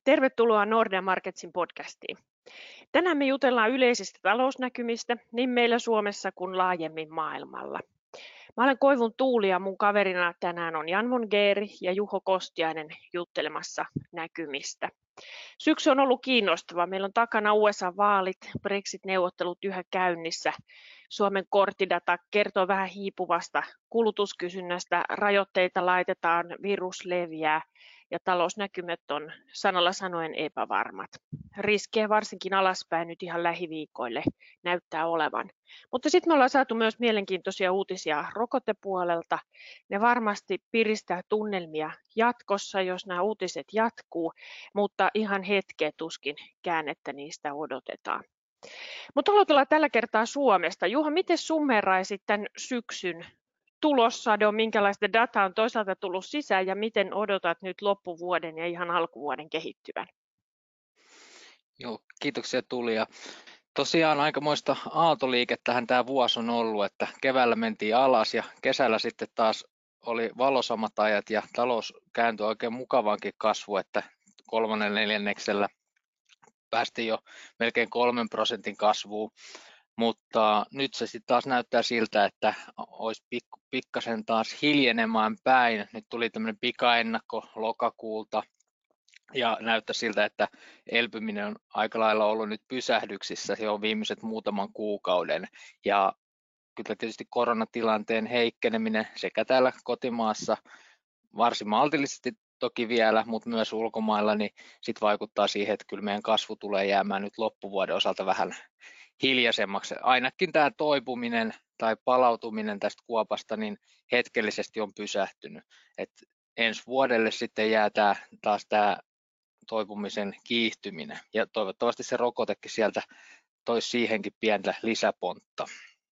Tervetuloa Nordea Marketsin podcastiin. Tänään me jutellaan yleisistä talousnäkymistä niin meillä Suomessa kuin laajemmin maailmalla. Mä olen Koivun Tuuli ja mun kaverina tänään on Jan Mongeri ja Juho Kostiainen juttelemassa näkymistä. Syksy on ollut kiinnostava. Meillä on takana USA-vaalit, Brexit-neuvottelut yhä käynnissä. Suomen korttidata kertoo vähän hiipuvasta kulutuskysynnästä, rajoitteita laitetaan, virus leviää ja talousnäkymät on sanalla sanoen epävarmat. Riskejä varsinkin alaspäin nyt ihan lähiviikoille näyttää olevan. Mutta sitten me ollaan saatu myös mielenkiintoisia uutisia rokotepuolelta. Ne varmasti piristää tunnelmia jatkossa, jos nämä uutiset jatkuu, mutta ihan hetkeä tuskin käännettä niistä odotetaan. Mutta aloitellaan tällä kertaa Suomesta. Juha, miten summeraisit tämän syksyn tulossadon, minkälaista dataa on toisaalta tullut sisään ja miten odotat nyt loppuvuoden ja ihan alkuvuoden kehittyvän? Joo, kiitoksia Tuuli. Ja tosiaan aikamoista aaltoliikettähän tämä vuosi on ollut, että keväällä mentiin alas ja kesällä sitten taas oli valosammat ajat ja talous kääntyi oikein mukavaankin kasvuun, että kolmannen neljänneksellä päästiin jo melkein 3% kasvuun, mutta nyt se sitten taas näyttää siltä, että olisi pikkasen taas hiljenemään päin. Nyt tuli tämmöinen pikaennakko lokakuulta ja näyttää siltä, että elpyminen on aika lailla ollut nyt pysähdyksissä jo viimeiset muutaman kuukauden ja kyllä tietysti koronatilanteen heikkeneminen sekä täällä kotimaassa varsin maltillisesti toki vielä, mutta myös ulkomailla, niin sit vaikuttaa siihen, että kyllä meidän kasvu tulee jäämään nyt loppuvuoden osalta vähän hiljaisemmaksi. Ainakin tämä toipuminen tai palautuminen tästä kuopasta niin hetkellisesti on pysähtynyt. Et ensi vuodelle sitten jää taas tämä toipumisen kiihtyminen ja toivottavasti se rokotekin sieltä toisi siihenkin pientä lisäpontta.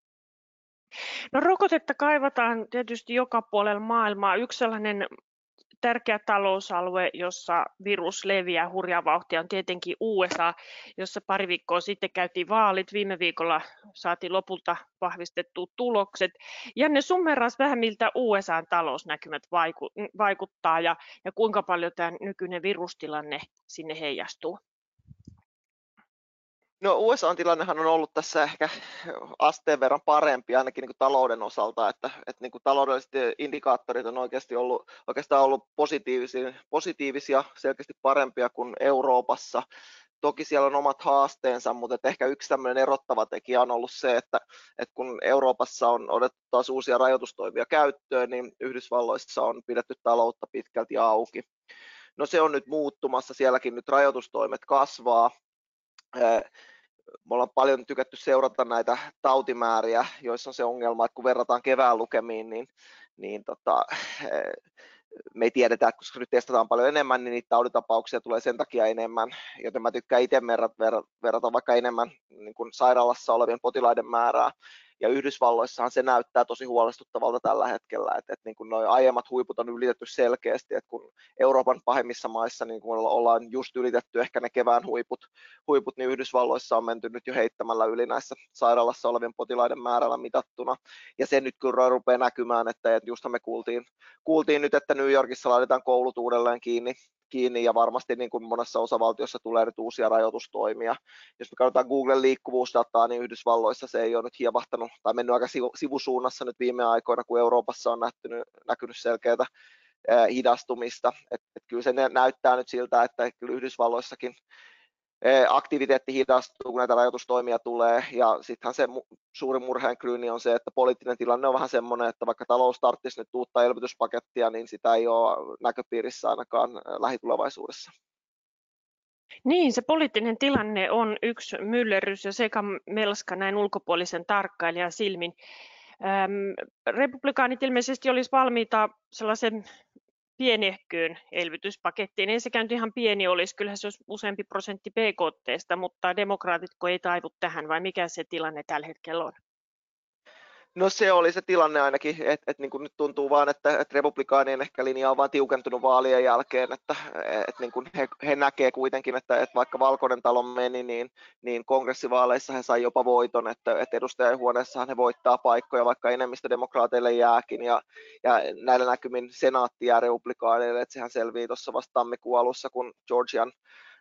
No rokotetta kaivataan tietysti joka puolella maailmaa. Yksi sellainen tärkeä talousalue, jossa virus leviää hurjaa vauhtia, on tietenkin USA, jossa pari viikkoa sitten käytiin vaalit. Viime viikolla saatiin lopulta vahvistettua tulokset. Janne, summeeraas vähän miltä USA:n talousnäkymät vaikuttaa ja kuinka paljon tämä nykyinen virustilanne sinne heijastuu? No USA-tilannehan on ollut tässä ehkä asteen verran parempi ainakin niin kuin talouden osalta, että niin kuin taloudelliset indikaattorit on oikeastaan ollut positiivisia, selkeästi parempia kuin Euroopassa. Toki siellä on omat haasteensa, mutta ehkä yksi tämmöinen erottava tekijä on ollut se, että kun Euroopassa on otettu taas uusia rajoitustoimia käyttöön, niin Yhdysvalloissa on pidetty taloutta pitkälti auki. No se on nyt muuttumassa, sielläkin nyt rajoitustoimet kasvaa. Me ollaan paljon tykätty seurata näitä tautimääriä, joissa on se ongelma, että kun verrataan kevään lukemiin, niin me ei tiedetä, että koska nyt testataan paljon enemmän, niin niitä tauditapauksia tulee sen takia enemmän, joten mä tykkään itse verrata vaikka enemmän niin kuin sairaalassa olevien potilaiden määrää. Ja Yhdysvalloissahan se näyttää tosi huolestuttavalta tällä hetkellä, että niin kuin nuo aiemmat huiput on ylitetty selkeästi, että kun Euroopan pahimmissa maissa niin kun ollaan just ylitetty ehkä ne kevään huiput, niin Yhdysvalloissa on menty nyt jo heittämällä yli näissä sairaalassa olevien potilaiden määrällä mitattuna. Ja se nyt kyllä rupeaa näkymään, että justhan me kuultiin nyt, että New Yorkissa laitetaan koulut uudelleen kiinni ja varmasti niin kuin monessa osavaltiossa tulee nyt uusia rajoitustoimia. Jos me katsotaan Googlen liikkuvuusdataa, niin Yhdysvalloissa se ei ole nyt hievahtanut tai mennyt aika sivusuunnassa nyt viime aikoina, kun Euroopassa on näkynyt selkeää hidastumista. Et kyllä se näyttää nyt siltä, että kyllä Yhdysvalloissakin aktiviteetti hidastuu, kun näitä rajoitustoimia tulee, ja sittenhän se suuri murheenkryyni on se, että poliittinen tilanne on vähän semmoinen, että vaikka talous tarvitsisi nyt uutta elvytyspakettia, niin sitä ei ole näköpiirissä ainakaan lähitulevaisuudessa. Niin, se poliittinen tilanne on yksi myllerrys ja sekamelska näin ulkopuolisen tarkkailijan silmin. Republikaanit ilmeisesti olisi valmiita sellaisen pienehköön elvytyspakettiin. Ei sekään nyt ihan pieni olisi, kyllähän se olisi useampi prosentti BKT:stä, mutta demokraatitko ei taivu tähän vai mikä se tilanne tällä hetkellä on? No se oli se tilanne ainakin, että niin kuin nyt tuntuu vaan, että republikaanien ehkä linja on vaan tiukentunut vaalien jälkeen, että niin kuin he näkee kuitenkin, että vaikka Valkoinen talo meni, niin kongressivaaleissa he sai jopa voiton, että edustajahuoneessahan he voittaa paikkoja, vaikka enemmistö demokraateille jääkin, ja näillä näkymin senaatti jää republikaaneille, että sehän selvii tuossa vasta tammikuun alussa, kun Georgian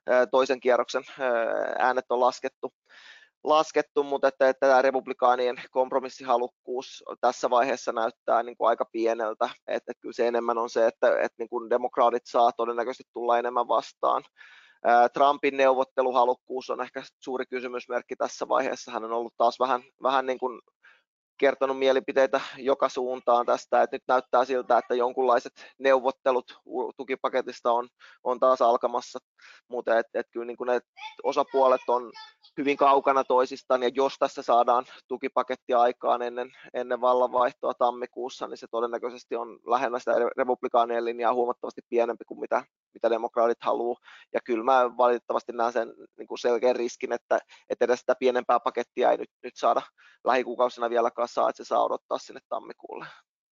toisen kierroksen äänet on laskettu, mutta että tämä republikaanien kompromissihalukkuus tässä vaiheessa näyttää niin kuin aika pieneltä, että kyllä se enemmän on se, että niin kuin demokraatit saa todennäköisesti tulla enemmän vastaan. Trumpin neuvotteluhalukkuus on ehkä suuri kysymysmerkki tässä vaiheessa. Hän on ollut taas vähän niin kuin kertonut mielipiteitä joka suuntaan tästä, että nyt näyttää siltä, että jonkunlaiset neuvottelut tukipaketista on taas alkamassa, mutta kyllä niin kuin ne osapuolet on hyvin kaukana toisistaan, ja jos tässä saadaan tukipaketti aikaan ennen vallanvaihtoa tammikuussa, niin se todennäköisesti on lähellä sitä republikaanien linjaa huomattavasti pienempi kuin mitä demokraatit haluaa, ja kyllä mä valitettavasti näen sen niin kuin selkeän riskin, että edes sitä pienempää pakettia ei nyt saada lähikuukausina vielä kasaan, että se saa odottaa sinne tammikuulle.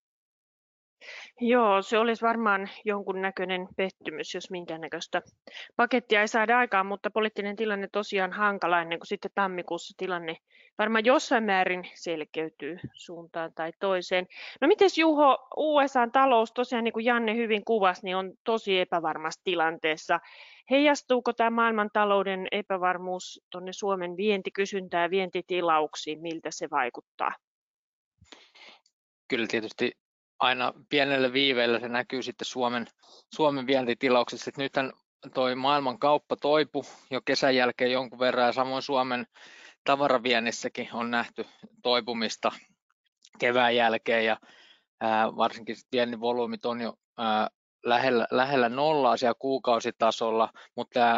Joo, se olisi varmaan jonkunnäköinen pettymys, jos minkäännäköistä pakettia ei saada aikaan, mutta poliittinen tilanne tosiaan hankala ennen kuin sitten tammikuussa tilanne varmaan jossain määrin selkeytyy suuntaan tai toiseen. No mites Juho, USA:n talous tosiaan niin kuin Janne hyvin kuvasi, niin on tosi epävarmassa tilanteessa. Heijastuuko tämä maailmantalouden epävarmuus tuonne Suomen vientikysyntään ja vientitilauksiin, miltä se vaikuttaa? Kyllä tietysti aina pienellä viiveellä se näkyy sitten Suomen vientitilauksissa. Nythän toi maailman kauppa toipui jo kesän jälkeen jonkun verran, ja samoin Suomen tavaraviennissäkin on nähty toipumista kevään jälkeen, ja varsinkin viennin volyymit on jo lähellä nollaa siellä kuukausitasolla, mutta tämä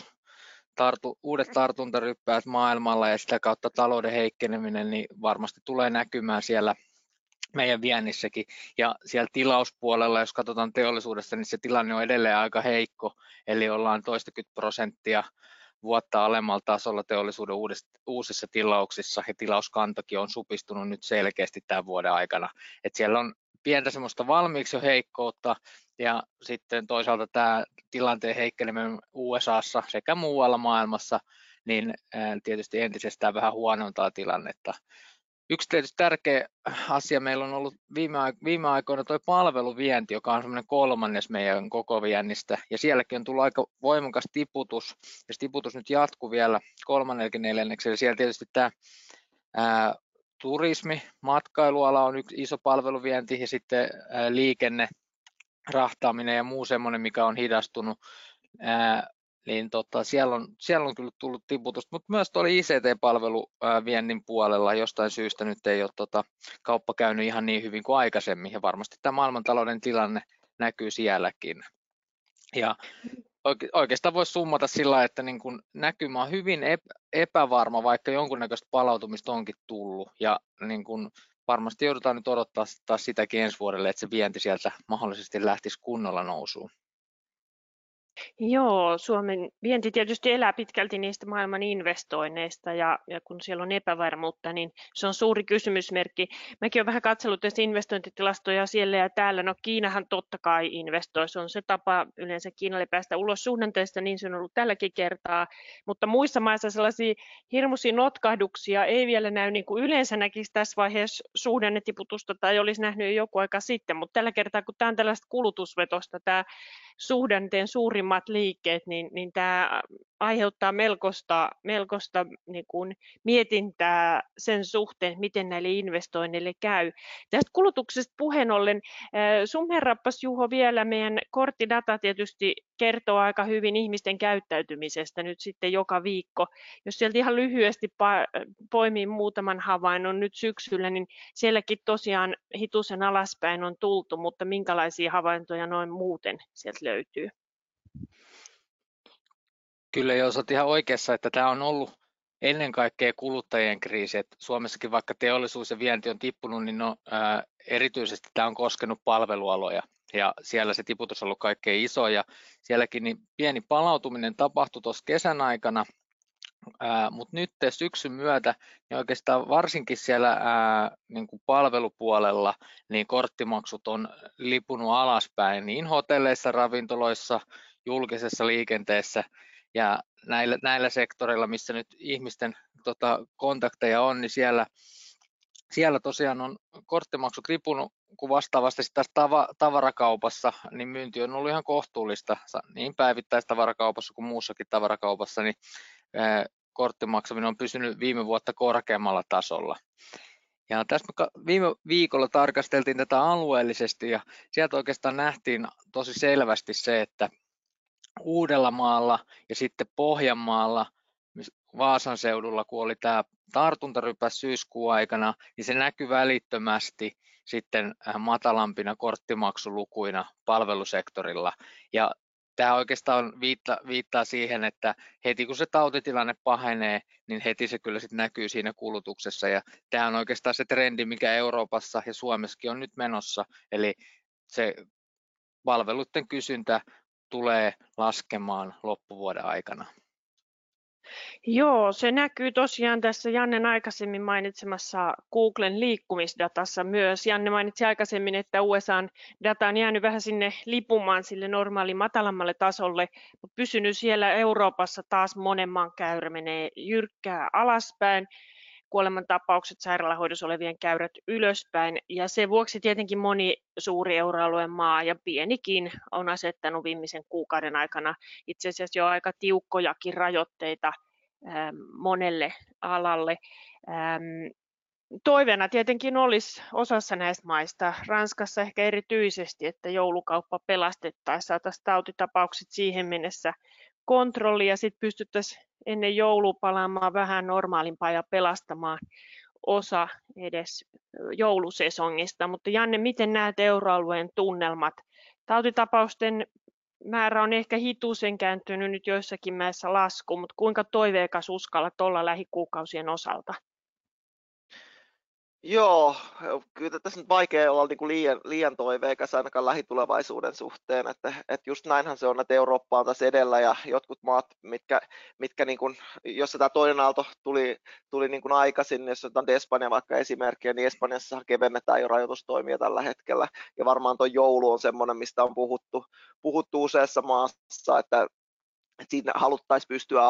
uudet tartuntaryppäät maailmalla ja sitä kautta talouden heikkeneminen niin varmasti tulee näkymään siellä meidän viennissäkin, ja siellä tilauspuolella, jos katsotaan teollisuudesta, niin se tilanne on edelleen aika heikko, eli ollaan 20% vuotta alemmalla tasolla teollisuuden uusissa tilauksissa, ja tilauskantakin on supistunut nyt selkeästi tämän vuoden aikana. Et siellä on pientä semmoista valmiiksi jo heikkoutta, ja sitten toisaalta tämä tilanteen heikkeneminen USAssa sekä muualla maailmassa, niin tietysti entisestään vähän huonontaa tilannetta. Yksi tietysti tärkeä asia meillä on ollut viime aikoina tuo palveluvienti, joka on semmoinen 1/3 meidän koko viennistä, ja sielläkin on tullut aika voimakas tiputus, ja se tiputus nyt jatkuu vielä 3/4, eli siellä tietysti tämä turismi, matkailuala on yksi iso palveluvienti, ja sitten liikenne, rahtaaminen ja muu semmoinen, mikä on hidastunut, niin siellä on kyllä tullut tiputusta, mutta myös tuolla ICT-palveluviennin puolella jostain syystä nyt ei ole kauppa käynyt ihan niin hyvin kuin aikaisemmin, ja varmasti tämä maailmantalouden tilanne näkyy sielläkin. Ja oikeastaan voisi summata sillä, että niin kun näkymä on hyvin epävarma, vaikka jonkunnäköistä palautumista onkin tullut, ja niin kun varmasti joudutaan nyt odottaa taas sitäkin ensi vuodelle, että se vienti sieltä mahdollisesti lähtisi kunnolla nousuun. Joo, Suomen vienti tietysti elää pitkälti niistä maailman investoinneista, ja kun siellä on epävarmuutta, niin se on suuri kysymysmerkki. Mäkin olen vähän katsellut tässä investointitilastoja siellä ja täällä. No Kiinahan totta kai investoi, se on se tapa yleensä Kiinalle päästä ulos suhdanteesta, niin se on ollut tälläkin kertaa, mutta muissa maissa sellaisia hirmuisia notkahduksia ei vielä näy, niin kuin yleensä näkisi tässä vaiheessa suhdannetiputusta tai olisi nähnyt jo joku aika sitten, mutta tällä kertaa kun tämä on tällaista kulutusvetosta, tämä suhdanteen suurimmat liikkeet, niin tämä aiheuttaa melkoista niin kuin mietintää sen suhteen, miten näille investoinneille käy. Tästä kulutuksesta puheen ollen, sumherrappas Juho vielä, meidän korttidata tietysti kertoo aika hyvin ihmisten käyttäytymisestä nyt sitten joka viikko. Jos sieltä ihan lyhyesti poimii muutaman havainnon nyt syksyllä, niin sielläkin tosiaan hitusen alaspäin on tultu, mutta minkälaisia havaintoja noin muuten sieltä löytyy? Kyllä jos olet ihan oikeassa, että tämä on ollut ennen kaikkea kuluttajien kriisi. Että Suomessakin vaikka teollisuus ja vienti on tippunut, niin erityisesti tämä on koskenut palvelualoja. Ja siellä se tiputus on ollut kaikkein iso, ja sielläkin niin pieni palautuminen tapahtui tuossa kesän aikana, mutta nyt syksyn myötä niin oikeastaan varsinkin siellä niin kuin palvelupuolella niin korttimaksut on lipunut alaspäin niin hotelleissa, ravintoloissa, julkisessa liikenteessä, ja näillä sektoreilla, missä nyt ihmisten kontakteja on, niin siellä tosiaan on korttimaksut ripunut, kun vastaavasti tässä tavarakaupassa, niin myynti on ollut ihan kohtuullista, niin päivittäistavarakaupassa kuin muussakin tavarakaupassa, niin korttimaksaminen on pysynyt viime vuotta korkeammalla tasolla. Ja tässä viime viikolla tarkasteltiin tätä alueellisesti ja sieltä oikeastaan nähtiin tosi selvästi se, että Uudellamaalla ja sitten Pohjanmaalla, Vaasan seudulla, kun oli tämä tartuntarypäs syyskuun aikana, niin se näkyi välittömästi sitten matalampina korttimaksulukuina palvelusektorilla. Ja tämä oikeastaan viittaa siihen, että heti kun se tautitilanne pahenee, niin heti se kyllä sitten näkyy siinä kulutuksessa. Ja tämä on oikeastaan se trendi, mikä Euroopassa ja Suomessakin on nyt menossa. Eli se palveluiden kysyntä tulee laskemaan loppuvuoden aikana. Joo, se näkyy tosiaan tässä Jannen aikaisemmin mainitsemassa Googlen liikkumisdatassa myös. Janne mainitsi aikaisemmin, että USA:n data on jäänyt vähän sinne lipumaan sille normaaliin matalammalle tasolle, mutta pysynyt siellä Euroopassa taas monen maan käyrä menee jyrkkää alaspäin. Kuolemantapaukset, sairaalahoidossa olevien käyrät ylöspäin, ja sen vuoksi tietenkin moni suuri euroalueen maa ja pienikin on asettanut viimeisen kuukauden aikana itse asiassa jo aika tiukkojakin rajoitteita monelle alalle. Toiveena tietenkin olisi osassa näistä maista, Ranskassa ehkä erityisesti, että joulukauppa pelastettaisiin, saataisiin tautitapaukset siihen mennessä kontrolliin ja sitten pystyttäisiin ennen joulua palaamaan vähän normaalimpaa ja pelastamaan osa edes joulusesongista. Mutta Janne, miten näet euroalueen tunnelmat? Tautitapausten määrä on ehkä hitusen kääntynyt nyt joissakin mäissä laskuun, mutta kuinka toiveikas uskallat olla lähikuukausien osalta? Joo, kyllä tässä nyt vaikea olla niin kuin liian toiveikas ainakaan lähitulevaisuuden suhteen, että just näinhän se on, että Eurooppa on tässä edellä ja jotkut maat, mitkä niin kuin, jossa tämä toinen aalto tuli niin kuin aikaisin, niin jos otetaan Espanja vaikka esimerkkiä, niin Espanjassa kevennetään jo rajoitustoimia tällä hetkellä ja varmaan tuo joulu on semmoinen, mistä on puhuttu useassa maassa, että siinä haluttaisiin pystyä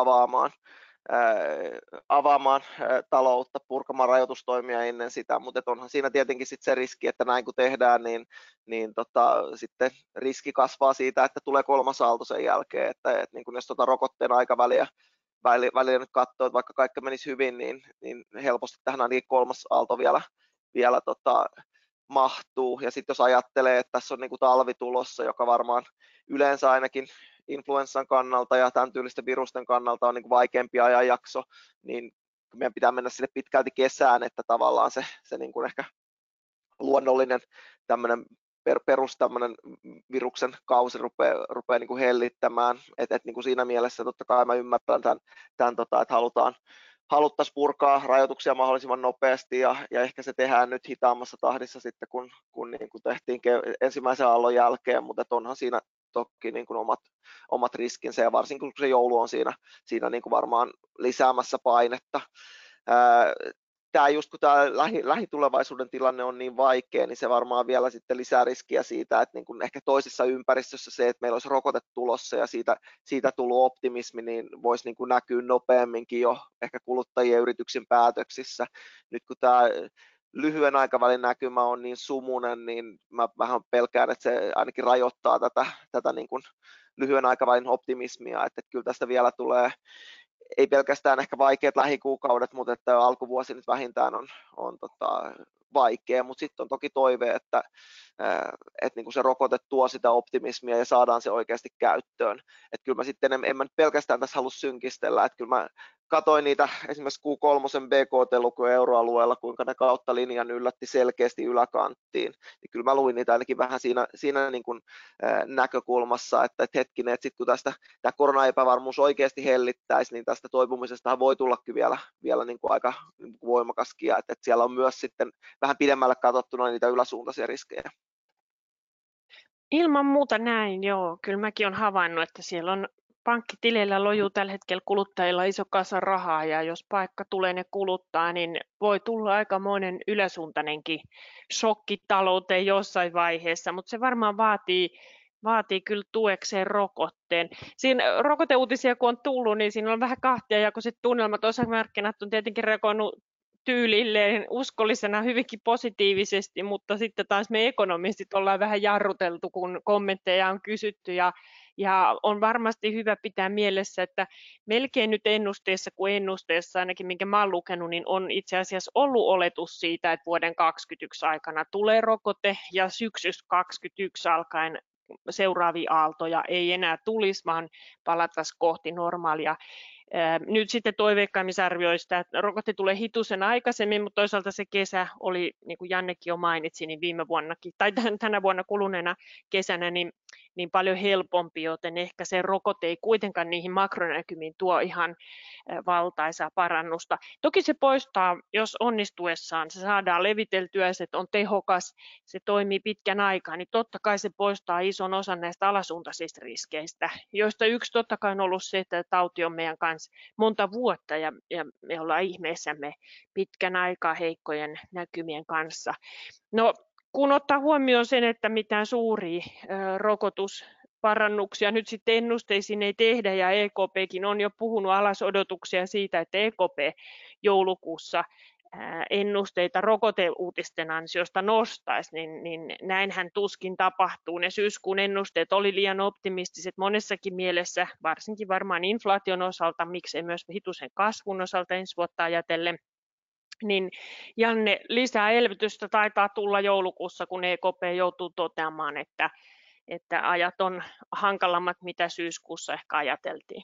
avaamaan taloutta, purkamaan rajoitustoimia ennen sitä, mutta onhan siinä tietenkin sit se riski, että näin kun tehdään, niin sitten riski kasvaa siitä, että tulee kolmas aalto sen jälkeen, että niin kun jos rokotteen aikaväliä nyt katsoo, että vaikka kaikki menisi hyvin, niin helposti tähän ainakin kolmas aalto vielä mahtuu, ja sitten jos ajattelee, että tässä on niin kuin talvi tulossa, joka varmaan yleensä ainakin influenssan kannalta ja tämän tyylisten virusten kannalta on niin kuin vaikeampi ajanjakso, niin meidän pitää mennä sille pitkälti kesään, että tavallaan se niin kuin ehkä luonnollinen tämmöinen perus tämmöinen viruksen kausi rupeaa niin kuin hellittämään, että niin kuin siinä mielessä totta kai mä ymmärrän tämän että haluttaisiin purkaa rajoituksia mahdollisimman nopeasti ja ehkä se tehdään nyt hitaammassa tahdissa sitten kun niin kuin tehtiin ensimmäisen aallon jälkeen, mutta onhan siinä toki niin kuin omat riskinsä ja varsinkin kun se joulu on siinä niin kuin varmaan lisäämässä painetta. Tämä just kun tämä lähitulevaisuuden tilanne on niin vaikea, niin se varmaan vielä sitten lisää riskiä siitä, että niin kuin ehkä toisessa ympäristössä se, että meillä olisi rokote tulossa ja siitä tullut optimismi, niin voisi niin kuin näkyä nopeamminkin jo ehkä kuluttajien yrityksen päätöksissä. Nyt kun tämä lyhyen aikavälin näkymä on niin sumunen, niin mä vähän pelkään, että se ainakin rajoittaa tätä niin kuin lyhyen aikavälin optimismia, että kyllä tästä vielä tulee ei pelkästään ehkä vaikeat lähikuukaudet, mutta että alkuvuosi nyt vähintään on vaikea, mutta sitten on toki toive, että niin kuin se rokote tuo sitä optimismia ja saadaan se oikeasti käyttöön. Että kyllä mä sitten en mä nyt pelkästään tässä halua synkistellä, että kyllä mä katoin niitä esimerkiksi Q3 BKT-lukuja euroalueella, kuinka ne kautta linjan yllätti selkeästi yläkanttiin. Niin kyllä mä luin niitä ainakin vähän siinä niin kuin, näkökulmassa, että hetkinen, että sitten kun tämä koronaepävarmuus oikeasti hellittäisi, niin tästä toipumisesta voi tulla vielä niin kuin aika voimakaskin, että siellä on myös sitten vähän pidemmälle katsottuna niitä yläsuuntaisia riskejä. Ilman muuta näin, joo. Kyllä mäkin olen havainnut, että siellä on pankkitileillä lojuu tällä hetkellä kuluttajilla iso kasa rahaa, ja jos paikka tulee ne kuluttaa, niin voi tulla aikamoinen yläsuuntainenkin shokki talouteen jossain vaiheessa, mutta se varmaan vaatii kyllä tuekseen rokotteen. Siinä rokoteuutisia kun on tullut, niin siinä on vähän kahtiajakoiset tunnelmat. Osamarkkinat on tietenkin reagoinut tyylilleen uskollisena hyvinkin positiivisesti, mutta sitten taas me ekonomistit ollaan vähän jarruteltu, kun kommentteja on kysytty ja on varmasti hyvä pitää mielessä, että melkein nyt ennusteessa kuin ennusteessa, ainakin minkä mä oon lukenut, niin on itse asiassa ollut oletus siitä, että vuoden 2021 aikana tulee rokote ja syksystä 2021 alkaen seuraavia aaltoja ei enää tulisi, vaan palattaisiin kohti normaalia. Nyt sitten toiveikkaimmisarvioista, että rokote tulee hitusen aikaisemmin, mutta toisaalta se kesä oli, niin kuin Jannekin jo mainitsi, niin viime vuonnakin, tai tänä vuonna kuluneena kesänä, niin paljon helpompi, joten ehkä se rokote ei kuitenkaan niihin makronäkymiin tuo ihan valtaisaa parannusta. Toki se poistaa, jos onnistuessaan se saadaan leviteltyä, se on tehokas, se toimii pitkän aikaa, niin totta kai se poistaa ison osan näistä alasuuntaisista riskeistä, joista yksi totta kai on ollut se, että tauti on meidän kanssa monta vuotta ja me ollaan ihmeessämme pitkän aikaa heikkojen näkymien kanssa. No, kun ottaa huomioon sen, että mitään suuria rokotusparannuksia nyt sitten ennusteisiin ei tehdä ja EKPkin on jo puhunut alas odotuksia siitä, että EKP joulukuussa ennusteita rokoteuutisten ansiosta nostaisi, niin näinhän tuskin tapahtuu. Ne syyskuun ennusteet oli liian optimistiset monessakin mielessä, varsinkin varmaan inflaation osalta, miksei myös hitusen kasvun osalta ensi vuotta ajatellen. Niin Janne, lisää elvytystä taitaa tulla joulukuussa, kun EKP joutuu toteamaan, että ajat on hankalammat, mitä syyskuussa ehkä ajateltiin.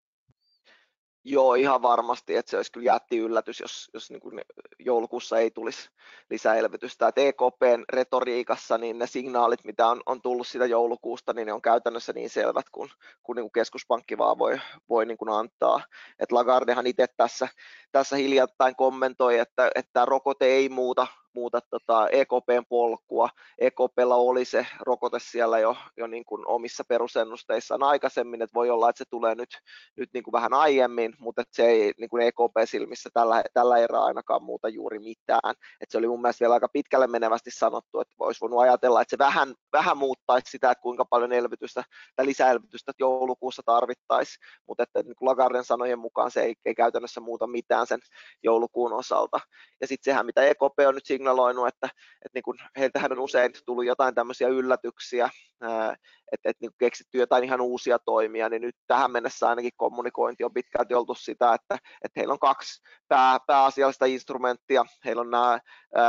Joo, ihan varmasti, että se olisi kyllä jätti yllätys, jos niin kuin joulukuussa ei tulisi lisäelvytystä. Että EKPn retoriikassa niin ne signaalit, mitä on tullut siitä joulukuusta, niin ne on käytännössä niin selvät, kun niin kuin keskuspankki vaan voi niin kuin antaa. Et Lagardehan itse tässä hiljattain kommentoi, että tämä rokote ei muuta EKPn polkua. EKPlla oli se rokote siellä jo niin kuin omissa perusennusteissaan aikaisemmin, että voi olla, että se tulee nyt niin kuin vähän aiemmin, mutta että se ei niin kuin EKP-silmissä tällä erää ainakaan muuta juuri mitään. Että se oli mun mielestä vielä aika pitkälle menevästi sanottu, että olisi voinut ajatella, että se vähän muuttaisi sitä, että kuinka paljon elvytystä tai lisäelvytystä joulukuussa tarvittaisiin, mutta että niin kuin Lagarden sanojen mukaan se ei käytännössä muuta mitään sen joulukuun osalta. Ja sitten sehän, mitä EKP on nyt signaloinut, että niin kuin heiltähän on usein tullut jotain tämmöisiä yllätyksiä, että niin keksitty jotain ihan uusia toimia, niin nyt tähän mennessä ainakin kommunikointi on pitkälti oltu sitä, että heillä on kaksi pääasiallista instrumenttia. Heillä on nämä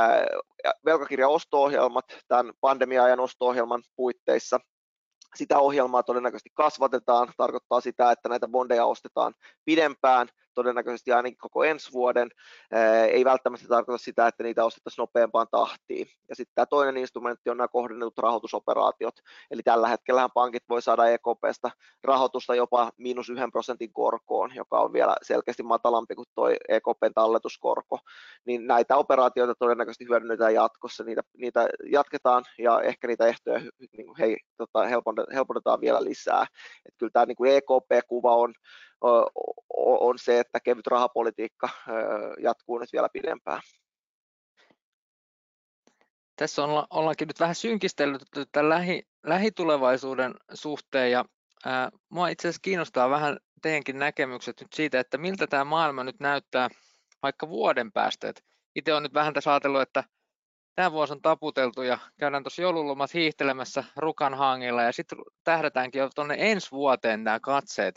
velkakirjaosto-ohjelmat tämän pandemia-ajan osto-ohjelman puitteissa. Sitä ohjelmaa todennäköisesti kasvatetaan, tarkoittaa sitä, että näitä bondeja ostetaan pidempään, todennäköisesti ainakin koko ensi vuoden, ei välttämättä tarkoita sitä, että niitä ostettaisiin nopeampaan tahtiin. Ja sitten tämä toinen instrumentti on nämä kohdennetut rahoitusoperaatiot, eli tällä hetkellä pankit voi saada EKP:stä rahoitusta jopa -1% korkoon, joka on vielä selkeästi matalampi kuin tuo EKPn talletuskorko, niin näitä operaatioita todennäköisesti hyödynnetään jatkossa, niitä jatketaan ja ehkä niitä ehtoja niin helpotetaan vielä lisää. Et kyllä tämä niin EKP-kuva on se, että kevyt rahapolitiikka jatkuu nyt vielä pidempään. Tässä ollaankin nyt vähän synkistellyt tämän lähitulevaisuuden suhteen ja mua itse asiassa kiinnostaa vähän teidänkin näkemykset nyt siitä, että miltä tämä maailma nyt näyttää vaikka vuoden päästä. Itse olen nyt vähän tässä ajatellut, että tämä vuosi on taputeltu ja käydään tuossa joululomat hiihtelemässä Rukanhangilla ja sitten tähdätäänkin jo tuonne ensi vuoteen nämä katseet.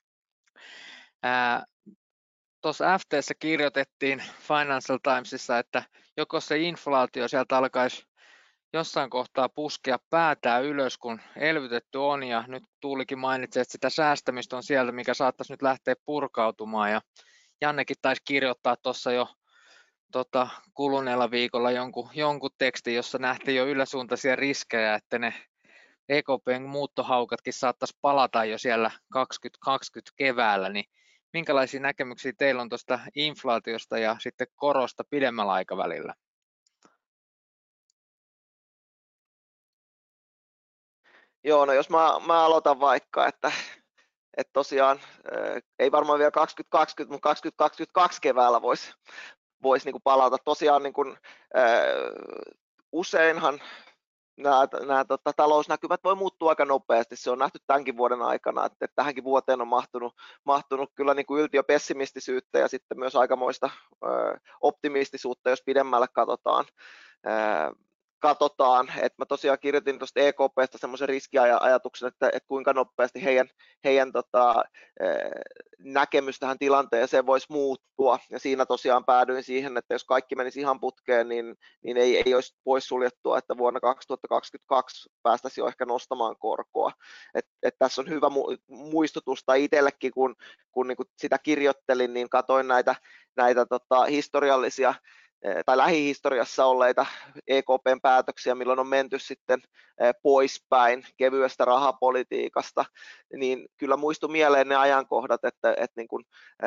Tuossa FT:ssä kirjoitettiin Financial Timesissa, että joko se inflaatio sieltä alkaisi jossain kohtaa puskea päätään ylös, kun elvytetty on, ja nyt Tuulikin mainitsi, että sitä säästämistä on sieltä, mikä saattaisi nyt lähteä purkautumaan, ja Jannekin taisi kirjoittaa tuossa jo kuluneella viikolla jonkun tekstin, jossa nähtiin jo yläsuuntaisia riskejä, että ne EKPn muuttohaukatkin saattaisi palata jo siellä 2020 keväällä, niin minkälaisia näkemyksiä teillä on tuosta inflaatiosta ja sitten korosta pidemmällä aikavälillä? Joo, no jos mä aloitan vaikka, että tosiaan ei varmaan vielä 2020, mutta 2022 keväällä voisi niin kuin palata. Tosiaan niin kuin, useinhan nämä talousnäkymät voi muuttua aika nopeasti. Se on nähty tämänkin vuoden aikana, että tähänkin vuoteen on mahtunut kyllä niin kuin yltiöpessimistisyyttä ja sitten myös aikamoista optimistisuutta, jos pidemmälle katsotaan, että mä tosiaan kirjoitin tuosta EKP:stä semmoisen riskiajatuksen, että kuinka nopeasti heidän näkemys tähän tilanteeseen voisi muuttua, ja siinä tosiaan päädyin siihen, että jos kaikki menisi ihan putkeen, niin ei olisi poissuljettua, että vuonna 2022 päästäisiin jo ehkä nostamaan korkoa. Et tässä on hyvä muistutusta itsellekin, kun niin kuin sitä kirjoittelin, niin katsoin näitä historiallisia tai lähihistoriassa olleita EKP:n päätöksiä, milloin on menty sitten poispäin kevyestä rahapolitiikasta, niin kyllä muistui mieleen ne ajankohdat, että niin kuin,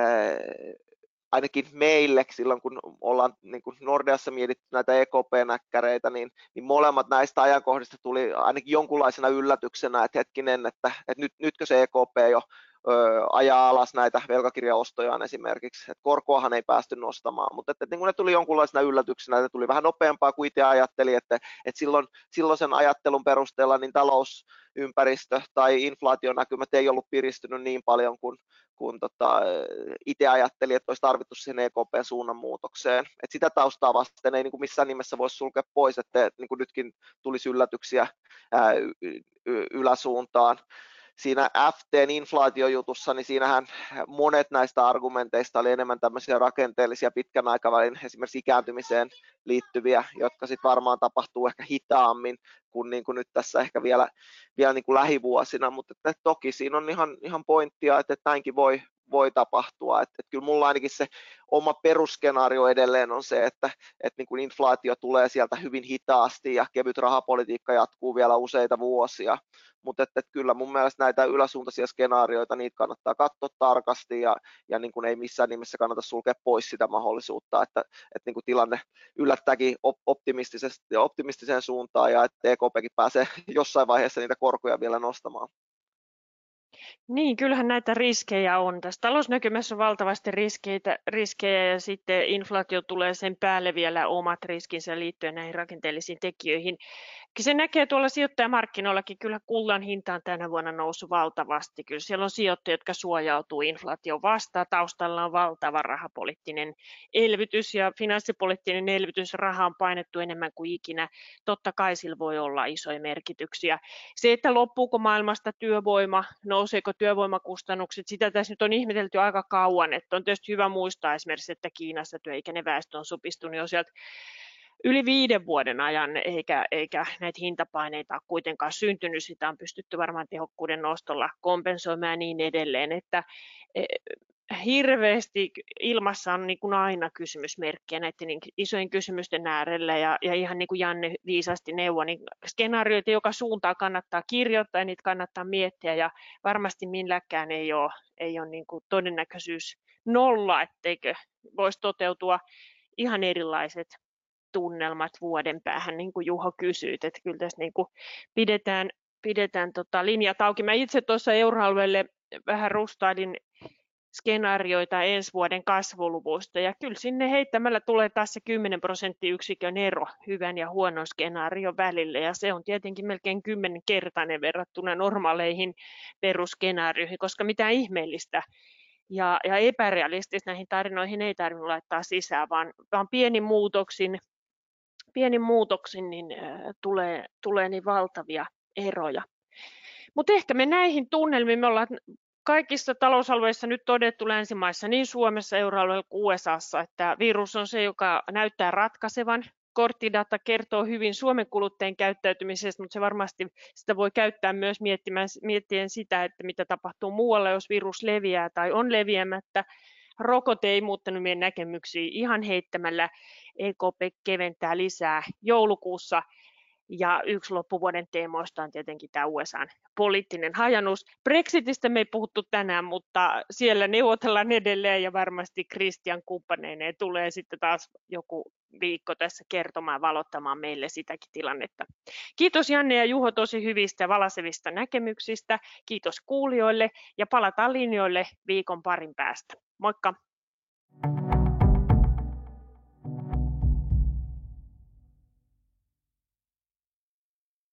ainakin meille silloin, kun ollaan niin kuin Nordeassa mietitty näitä EKP-näkkäreitä, niin molemmat näistä ajankohdista tuli ainakin jonkunlaisena yllätyksenä, että hetkinen, että nytkö se EKP jo ajaa alas näitä velkakirjaostojaan esimerkiksi, että korkoahan ei päästy nostamaan, mutta että niin kun ne tuli jonkunlaisena yllätyksenä, ne tuli vähän nopeampaa kuin itse ajatteli, että silloin sen ajattelun perusteella niin talousympäristö tai inflaationäkymät ei ollut piristynyt niin paljon kuin itse ajatteli, että olisi tarvittu siihen EKP:n suunnanmuutokseen. Et sitä taustaa vasten ei niin kuin missään nimessä voisi sulkea pois, että niin kuin nytkin tulisi yllätyksiä yläsuuntaan. Siinä FT:n inflaatiojutussa, niin siinähän monet näistä argumenteista oli enemmän tämmöisiä rakenteellisia pitkän aikavälin esimerkiksi ikääntymiseen liittyviä, jotka sitten varmaan tapahtuu ehkä hitaammin kuin, nyt tässä ehkä vielä niin kuin lähivuosina, mutta toki siinä on ihan pointtia, että näinkin voi tapahtua. Että kyllä mulla ainakin se oma perusskenaario edelleen on se, että niin kuin inflaatio tulee sieltä hyvin hitaasti ja kevyt rahapolitiikka jatkuu vielä useita vuosia. Mutta että kyllä mun mielestä näitä yläsuuntaisia skenaarioita, niitä kannattaa katsoa tarkasti ja niin kuin ei missään nimessä kannata sulkea pois sitä mahdollisuutta, että niin kuin tilanne yllättääkin optimistiseen suuntaan ja että EKPkin pääsee jossain vaiheessa niitä korkoja vielä nostamaan. Niin, kyllähän näitä riskejä on. Tässä talousnäkymässä on valtavasti riskejä ja sitten inflaatio tulee sen päälle vielä omat riskinsä liittyen näihin rakenteellisiin tekijöihin. Se näkee tuolla sijoittajamarkkinoillakin, kyllä kullan hinta on tänä vuonna noussut valtavasti. Kyllä siellä on sijoittajia, jotka suojautuu inflaation vastaan. Taustalla on valtava rahapoliittinen elvytys ja finanssipoliittinen elvytys. Raha on painettu enemmän kuin ikinä. Totta kai sillä voi olla isoja merkityksiä. Se, että loppuuko maailmasta työvoima, nouseeko työvoimakustannukset, sitä tässä nyt on ihmetelty aika kauan. Että on tietysti hyvä muistaa esimerkiksi, että Kiinassa työikäinen väestö on supistunut jo sieltä yli 5 vuoden ajan, eikä näitä hintapaineita ole kuitenkaan syntynyt. Sitä on pystytty varmaan tehokkuuden nostolla kompensoimaan ja niin edelleen. Että hirveästi ilmassa on niin kuin aina kysymysmerkkejä näiden niin isojen kysymysten äärellä ja ihan niin kuin Janne viisasti neuvoi, niin skenaarioita joka suuntaan kannattaa kirjoittaa ja niitä kannattaa miettiä ja varmasti milläkään ei ole niin kuin todennäköisyys 0, etteikö voisi toteutua ihan erilaiset tunnelmat vuoden päähän, niin kuin Juho kysyit, että kyllä tässä niin kuin pidetään linjat auki. Mä itse tuossa euroalueelle vähän rustailin skenaarioita ensi vuoden kasvuluvuista, ja kyllä sinne heittämällä tulee taas se 10% ero hyvän ja huonon skenaarion välille, ja se on tietenkin melkein 10-kertainen verrattuna normaaleihin perusskenaarioihin, koska mitään ihmeellistä ja epärealistista näihin tarinoihin ei tarvitse laittaa sisään, vaan pienin muutoksin niin tulee niin valtavia eroja. Mutta ehkä me näihin tunnelmiin, me ollaan kaikissa talousalueissa nyt todettu länsimaissa, niin Suomessa, euroalueella kuin USAssa, että virus on se, joka näyttää ratkaisevan. Korttidata kertoo hyvin Suomen kuluttajien käyttäytymisestä, mutta se varmasti sitä voi käyttää myös miettien sitä, että mitä tapahtuu muualla, jos virus leviää tai on leviämättä. Rokote ei muuttanut meidän näkemyksiä ihan heittämällä. EKP keventää lisää joulukuussa. Ja yksi loppuvuoden teemoista on tietenkin tämä USA:n poliittinen hajannus. Brexitistä me ei puhuttu tänään, mutta siellä neuvotellaan edelleen ja varmasti Christian kumppaneineen tulee sitten taas joku viikko tässä kertomaan, valottamaan meille sitäkin tilannetta. Kiitos Janne ja Juho tosi hyvistä ja valaisevista näkemyksistä. Kiitos kuulijoille ja palataan linjoille viikon parin päästä. Moikka!